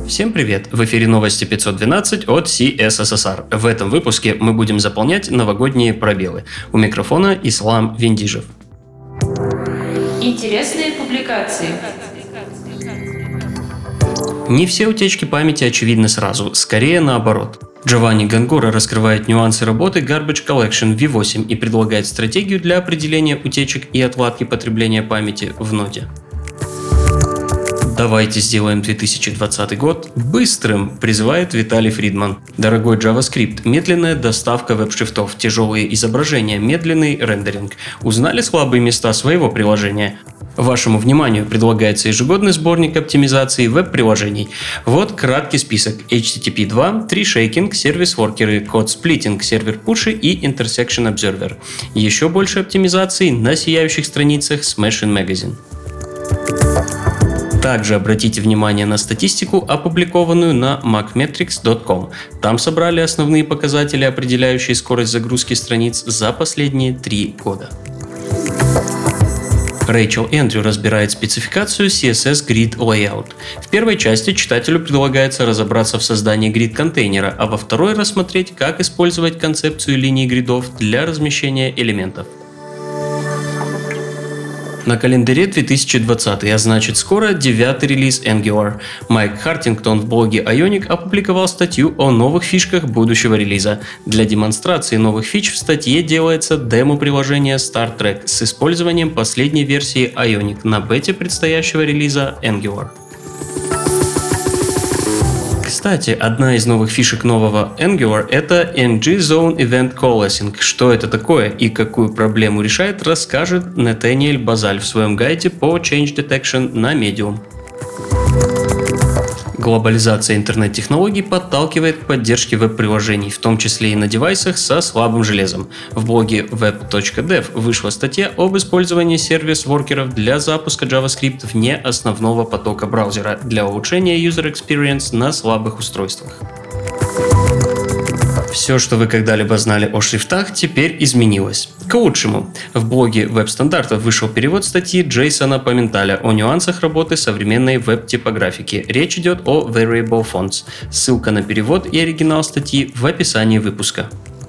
Всем привет! В эфире новости 512 от CSSR. В этом выпуске мы будем заполнять новогодние пробелы. У микрофона Ислам Виндижев. Интересные публикации. Не все утечки памяти очевидны сразу, скорее наоборот. Джованни Гонгора раскрывает нюансы работы Garbage Collection V8 и предлагает стратегию для определения утечек и отладки потребления памяти в ноде. Давайте сделаем 2020 год быстрым, призывает Виталий Фридман. Дорогой JavaScript, медленная доставка веб-шрифтов, тяжелые изображения, медленный рендеринг. Узнали слабые места своего приложения? Вашему вниманию предлагается ежегодный сборник оптимизации веб-приложений. Вот краткий список: HTTP 2, Tree-shaking, сервис-воркеры, код-сплитинг, сервер-пуши и Intersection Observer. Еще больше оптимизаций на сияющих страницах Smashing Magazine. Также обратите внимание на статистику, опубликованную на macmetrics.com. Там собрали основные показатели, определяющие скорость загрузки страниц за последние 3 года. Рэйчел Эндрю разбирает спецификацию CSS Grid Layout. В первой части читателю предлагается разобраться в создании grid-контейнера, а во второй рассмотреть, как использовать концепцию линий гридов для размещения элементов. На календаре 2020, а значит скоро 9-й релиз Angular. Майк Хартингтон в блоге Ionic опубликовал статью о новых фишках будущего релиза. Для демонстрации новых фич в статье делается демо-приложение Star Trek с использованием последней версии Ionic на бете предстоящего релиза Angular. Кстати, одна из новых фишек нового Angular — это ng-zone event coalescing. Что это такое и какую проблему решает, расскажет Натаниэль Базаль в своем гайде по Change Detection на Medium. Глобализация интернет-технологий подталкивает к поддержке веб-приложений, в том числе и на девайсах со слабым железом. В блоге web.dev вышла статья об использовании сервис-воркеров для запуска JavaScript вне основного потока браузера для улучшения user experience на слабых устройствах. Все, что вы когда-либо знали о шрифтах, теперь изменилось. К лучшему. В блоге веб-стандартов вышел перевод статьи Джейсона Поменталя о нюансах работы современной веб-типографики. Речь идет о Variable Fonts. Ссылка на перевод и оригинал статьи в описании выпуска.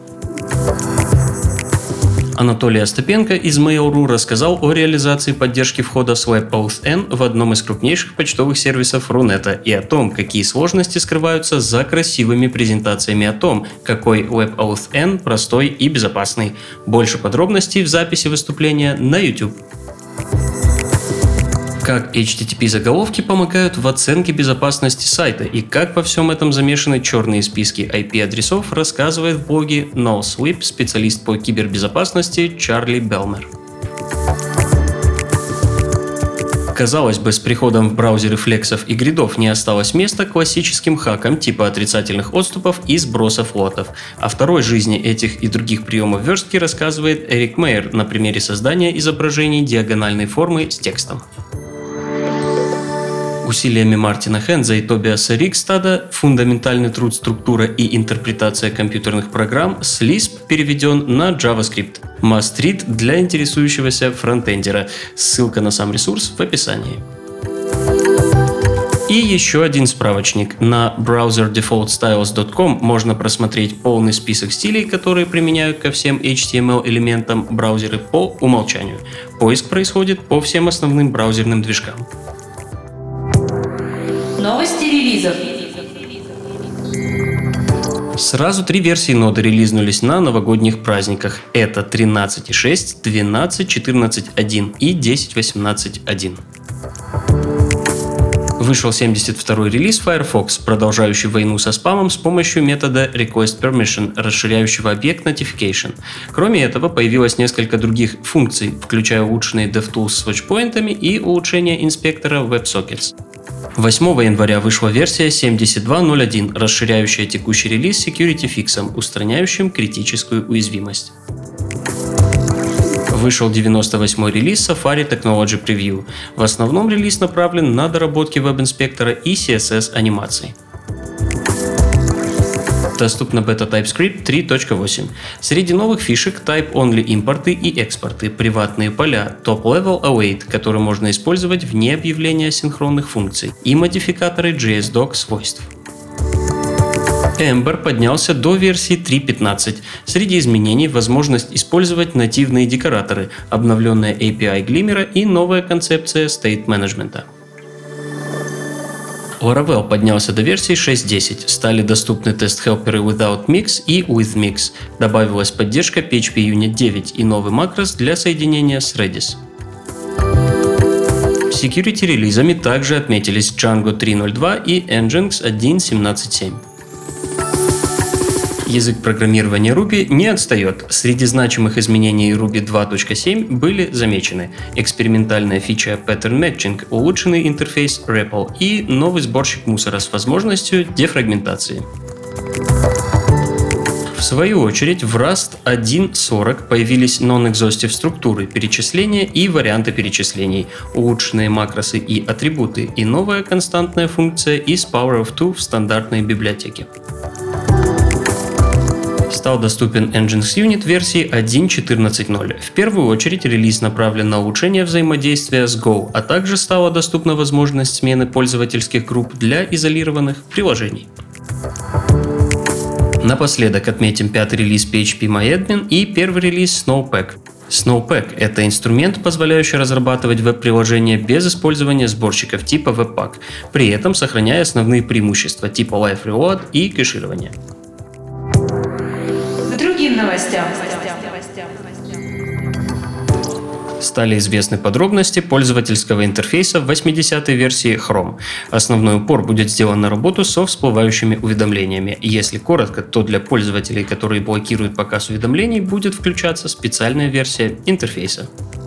Анатолий Остапенко из Mail.ru рассказал о реализации поддержки входа с WebAuthn в одном из крупнейших почтовых сервисов Рунета и о том, какие сложности скрываются за красивыми презентациями о том, какой WebAuthn простой и безопасный. Больше подробностей в записи выступления на YouTube. Как HTTP-заголовки помогают в оценке безопасности сайта и как во всем этом замешаны черные списки IP-адресов, рассказывает в блоге NoSweep специалист по кибербезопасности Чарли Белмер. Казалось бы, с приходом в браузеры флексов и гридов не осталось места классическим хакам типа отрицательных отступов и сбросов лотов. О второй жизни этих и других приемов верстки рассказывает Эрик Мейер на примере создания изображений диагональной формы с текстом. Усилиями Мартина Хенза и Тобиаса Рикстада фундаментальный труд «Структура и интерпретация компьютерных программ» с Lisp переведен на JavaScript. Must-read для интересующегося фронтендера. Ссылка на сам ресурс в описании. И еще один справочник. На browserdefaultstyles.com можно просмотреть полный список стилей, которые применяют ко всем HTML-элементам браузеры по умолчанию. Поиск происходит по всем основным браузерным движкам. Новости релизов. Сразу 3 версии ноды релизнулись на новогодних праздниках. Это 13.6, 12.14.1 и 10.18.1. Вышел 72-й релиз Firefox, продолжающий войну со спамом с помощью метода request_permission, расширяющего объект notification. Кроме этого, появилось несколько других функций, включая улучшенные DevTools с watchpoint'ами и улучшение инспектора WebSockets. 8 января вышла версия 72.01, расширяющая текущий релиз security фиксом, устраняющим критическую уязвимость. Вышел 98-й релиз Safari Technology Preview. В основном релиз направлен на доработки веб-инспектора и CSS-анимаций. Доступна бета TypeScript 3.8. Среди новых фишек Type-only импорты и экспорты, приватные поля, Top-level await, которые можно использовать вне объявления асинхронных функций, и модификаторы JSDoc свойств. Ember поднялся до версии 3.15. Среди изменений возможность использовать нативные декораторы, обновленная API Glimmer и новая концепция State Management. Laravel поднялся до версии 6.10. Стали доступны тест-хелперы Without Mix и With Mix. Добавилась поддержка PHP Unit 9 и новый макрос для соединения с Redis. Security релизами также отметились Django 3.02 и Nginx 1.17.7. Язык программирования Ruby не отстает. Среди значимых изменений Ruby 2.7 были замечены экспериментальная фича Pattern Matching, улучшенный интерфейс REPL и новый сборщик мусора с возможностью дефрагментации. В свою очередь, в Rust 1.40 появились non-exhaustive структуры перечисления и варианты перечислений, улучшенные макросы и атрибуты и новая константная функция из Power of Two в стандартной библиотеке. Стал доступен Nginx Unit версии 1.14.0. В первую очередь релиз направлен на улучшение взаимодействия с Go, а также стала доступна возможность смены пользовательских групп для изолированных приложений. Напоследок отметим пятый релиз PHP-MyAdmin и первый релиз Snowpack. Snowpack – это инструмент, позволяющий разрабатывать веб-приложения без использования сборщиков типа Webpack, при этом сохраняя основные преимущества типа Live Reload и кэширования. К другим новостям. Стали известны подробности пользовательского интерфейса в 80-й версии Chrome. Основной упор будет сделан на работу со всплывающими уведомлениями. Если коротко, то для пользователей, которые блокируют показ уведомлений, будет включаться специальная версия интерфейса.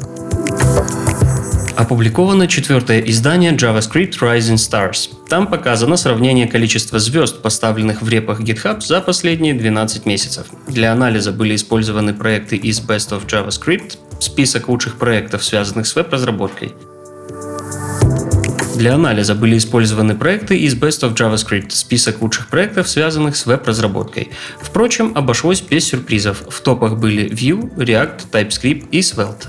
Опубликовано четвертое издание JavaScript Rising Stars. Там показано сравнение количества звезд, поставленных в репах GitHub за последние 12 месяцев. Для анализа были использованы проекты из Best of JavaScript, список лучших проектов, связанных с веб-разработкой. Для анализа были использованы проекты из Best of JavaScript, список лучших проектов, связанных с веб-разработкой. Впрочем, обошлось без сюрпризов. В топах были Vue, React, TypeScript и Svelte.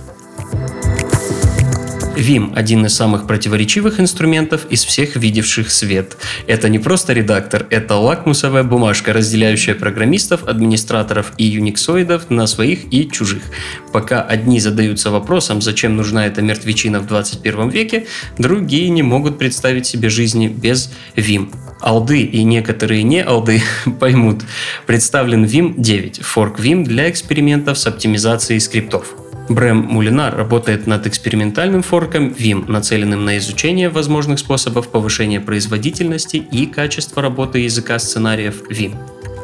Vim – один из самых противоречивых инструментов из всех видевших свет. Это не просто редактор, это лакмусовая бумажка, разделяющая программистов, администраторов и юниксоидов на своих и чужих. Пока одни задаются вопросом, зачем нужна эта мертвечина в 21 веке, другие не могут представить себе жизни без Vim. Алды и некоторые не алды поймут. Представлен Vim 9, форк Vim для экспериментов с оптимизацией скриптов. Брэм Мулинар работает над экспериментальным форком Vim, нацеленным на изучение возможных способов повышения производительности и качества работы языка сценариев Vim.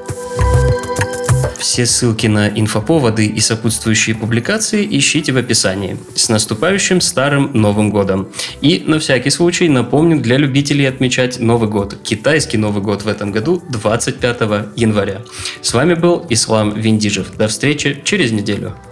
Все ссылки на инфоповоды и сопутствующие публикации ищите в описании. С наступающим Старым Новым Годом! И на всякий случай напомню для любителей отмечать Новый год. Китайский Новый год в этом году 25 января. С вами был Ислам Виндижев. До встречи через неделю.